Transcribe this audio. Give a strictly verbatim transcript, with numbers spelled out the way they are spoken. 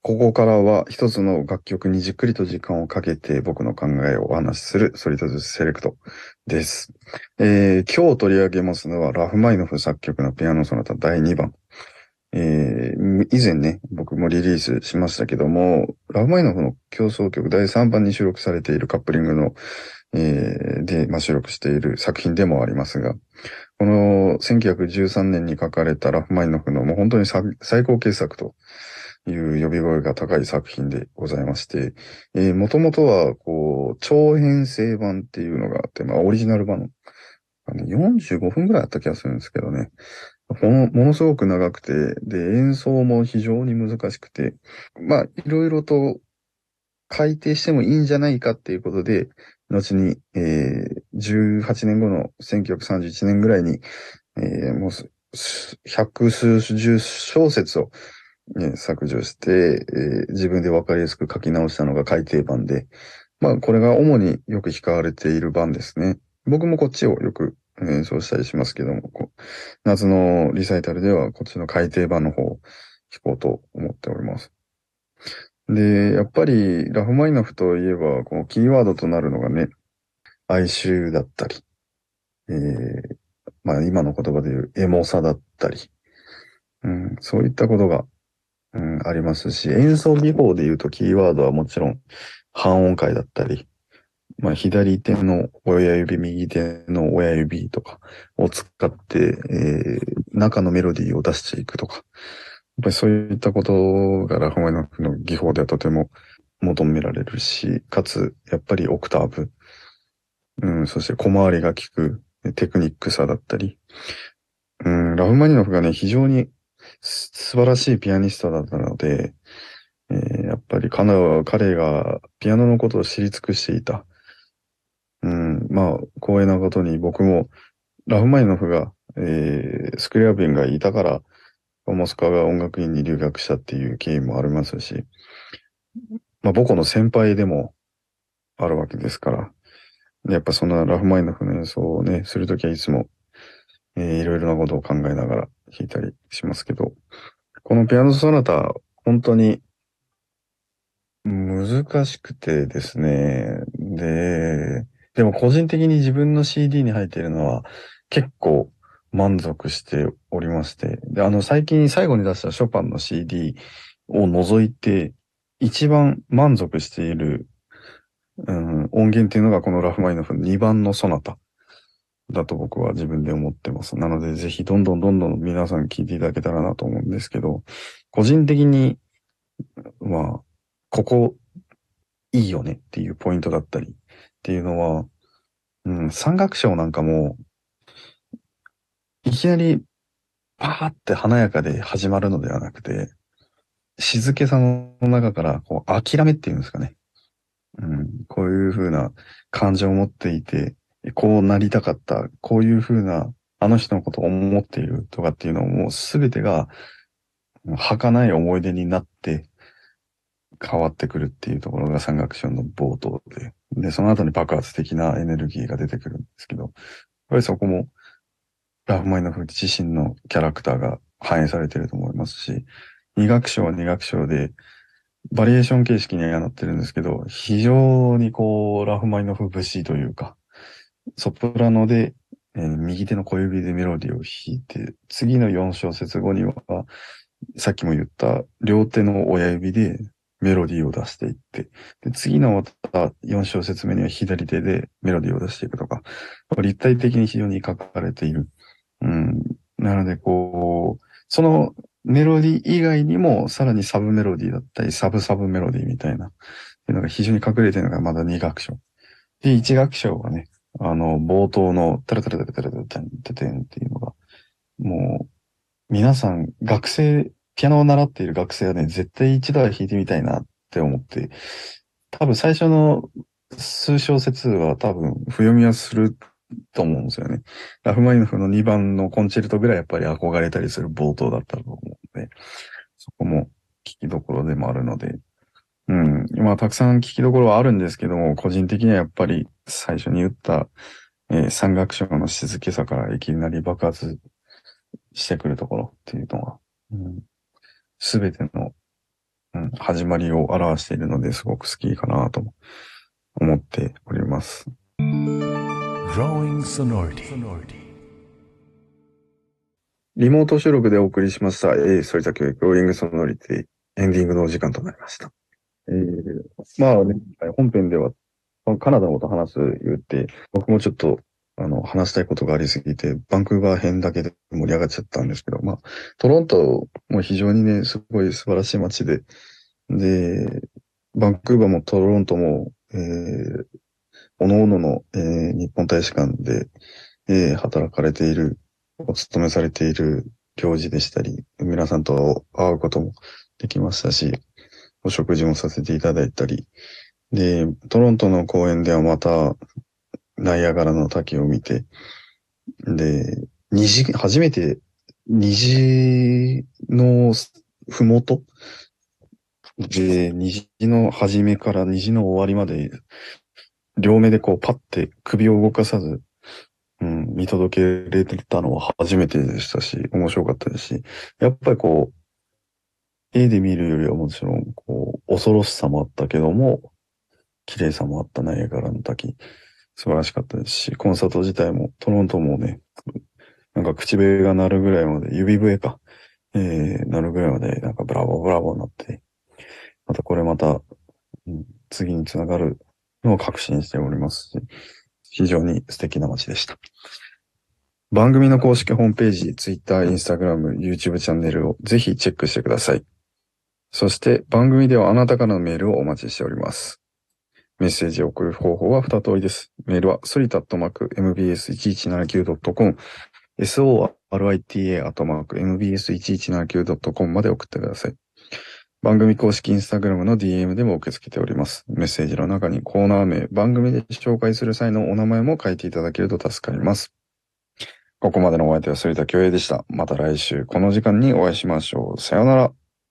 ここからは一つの楽曲にじっくりと時間をかけて僕の考えをお話しするソリッドズセレクトです。えー今日取り上げますのはラフマイノフ作曲のピアノソナタだいにばん。えー以前ね、僕もリリースしましたけども、ラフマイノフの協奏曲だいさんばんに収録されているカップリングの、えーで、まあ、収録している作品でもありますが、このせんきゅうひゃくじゅうさんねんに書かれたラフマイノフのもう本当にさ最高傑作という呼び声が高い作品でございまして、えー、もともとは、こう、長編成版っていうのがあって、まあ、オリジナル版あのよんじゅうごふんぐらいあった気がするんですけどね。もの、ものすごく長くて、で、演奏も非常に難しくて、まあ、いろいろと改訂してもいいんじゃないかっていうことで、後に、えー、じゅうはちねんごのせんきゅうひゃくさんじゅういちねんぐらいに、えー、もうす、す百数十小節を、ね、削除して、えー自分でわかりやすく書き直したのが改訂版で、まあ、これが主によく弾かれている版ですね。僕もこっちをよく演奏したりしますけども、こう夏のリサイタルではこっちの改訂版の方を弾こうと思っております。で、やっぱりラフマニノフといえば、このキーワードとなるのがね、哀愁だったり、えー、まあ今の言葉で言うエモさだったり、うん、そういったことが、うん、ありますし、演奏技法で言うとキーワードはもちろん半音階だったり、まあ、左手の親指、右手の親指とかを使って、えー中のメロディーを出していくとか、やっぱりそういったことがラフマニノフの技法ではとても求められるし、かつ、やっぱりオクターブ、うん、そして小回りが利くテクニックさだったり、うん、ラフマニノフがね、非常にす素晴らしいピアニストだったので、えーやっぱり彼は、彼がピアノのことを知り尽くしていた。うん、まあ、光栄なことに僕もラフマニノフが、えースクリアビンがいたから、モスクワが音楽院に留学したっていう経緯もありますし、まあ、母校の先輩でもあるわけですから、やっぱそんなラフマニノフの演奏をね、するときはいつも、えーいろいろなことを考えながら弾いたりしますけど、このピアノソナタ、本当に難しくてですね、で、でも個人的に自分の シーディー に入っているのは結構満足しておりまして、で、あの最近最後に出したショパンの シーディー を除いて一番満足している、うん、音源っていうのがこのラフマニノフのにばんのソナタだと僕は自分で思ってます。なのでぜひどんどんどんどん皆さん聞いていただけたらなと思うんですけど、個人的にまあ、ここいいよねっていうポイントだったりっていうのは、うん、三楽章なんかも、いきなりパーって華やかで始まるのではなくて、静けさの中から、こう、諦めっていうんですかね。うん、こういう風な感情を持っていて、こうなりたかった、こういう風な、あの人のことを思っているとかっていうのをもうすべてが、儚い思い出になって変わってくるっていうところが三楽章の冒頭で、で、その後に爆発的なエネルギーが出てくるんですけど、やっぱりそこもラフマニノフ自身のキャラクターが反映されていると思いますし、二楽章は二楽章で、バリエーション形式にはなってるんですけど、非常にこう、ラフマニノフ節というか、ソプラノで、えー右手の小指でメロディーを弾いて、次のよん小節後には、さっきも言った両手の親指でメロディーを出していって、で、次のまたよん小節目には左手でメロディーを出していくとか、立体的に非常に書かれている。うん。なので、こう、そのメロディー以外にも、さらにサブメロディーだったり、サブサブメロディーみたいな、っていうのが非常に隠れているのがまだに楽章。で、いち楽章はね、あの、冒頭のタラタラタラタラタラタンタテンっていうのが、もう、皆さん、学生、ピアノを習っている学生はね、絶対一度は弾いてみたいなって思って、多分最初の数小節は多分、譜読みはすると思うんですよね。ラフマニノフのにばんのコンチェルトぐらいやっぱり憧れたりする冒頭だったと思うので、そこも聞きどころでもあるので、うん。まあ、たくさん聞きどころはあるんですけども、個人的にはやっぱり最初に言った、えー三楽章の静けさからいきなり爆発してくるところっていうのは、うん、すべての、う始まりを表しているのですごく好きかなと思っております。Growing Sonority。リモート収録でお送りしました、えー、反田教育、ローリングソノリティ、エンディングのお時間となりました。えー、まあね、本編ではカナダのこと話す言って、僕もちょっと、あの、話したいことがありすぎて、バンクーバー編だけで盛り上がっちゃったんですけど、まあ、トロントも非常にね、すごい素晴らしい街で、で、バンクーバーもトロントも、えー、各々の、えー、日本大使館で、えー、働かれている、お勤めされている行事でしたり、皆さんと会うこともできましたし、お食事もさせていただいたり、で、トロントの公園ではまた、ナイアガラの滝を見て、で、虹、初めて虹のふもとで、虹の始めから虹の終わりまで、両目でこうパッて首を動かさず、うん、見届けれてたのは初めてでしたし、面白かったですし、やっぱりこう、絵で見るよりはもちろん、こう、恐ろしさもあったけども、綺麗さもあったナイアガラの滝、素晴らしかったですし、コンサート自体も、トロントもね、なんか口笛が鳴るぐらいまで、指笛か、えー、鳴るぐらいまで、なんかブラボーブラボーになって、またこれまた、うん、次につながるのを確信しておりますし、非常に素敵な街でした。番組の公式ホームページ、Twitter、Instagram、YouTube チャンネルをぜひチェックしてください。そして番組ではあなたからのメールをお待ちしております。メッセージを送る方法は二通りです。メールはソリタットマーク エムビーエスいちいちななきゅうドットコム、ソリタ アットマーク エムビーエスいちいちななきゅうドットコム まで送ってください。番組公式インスタグラムの ディーエム でも受け付けております。メッセージの中にコーナー名、番組で紹介する際のお名前も書いていただけると助かります。ここまでのお相手は反田恭平でした。また来週この時間にお会いしましょう。さようなら。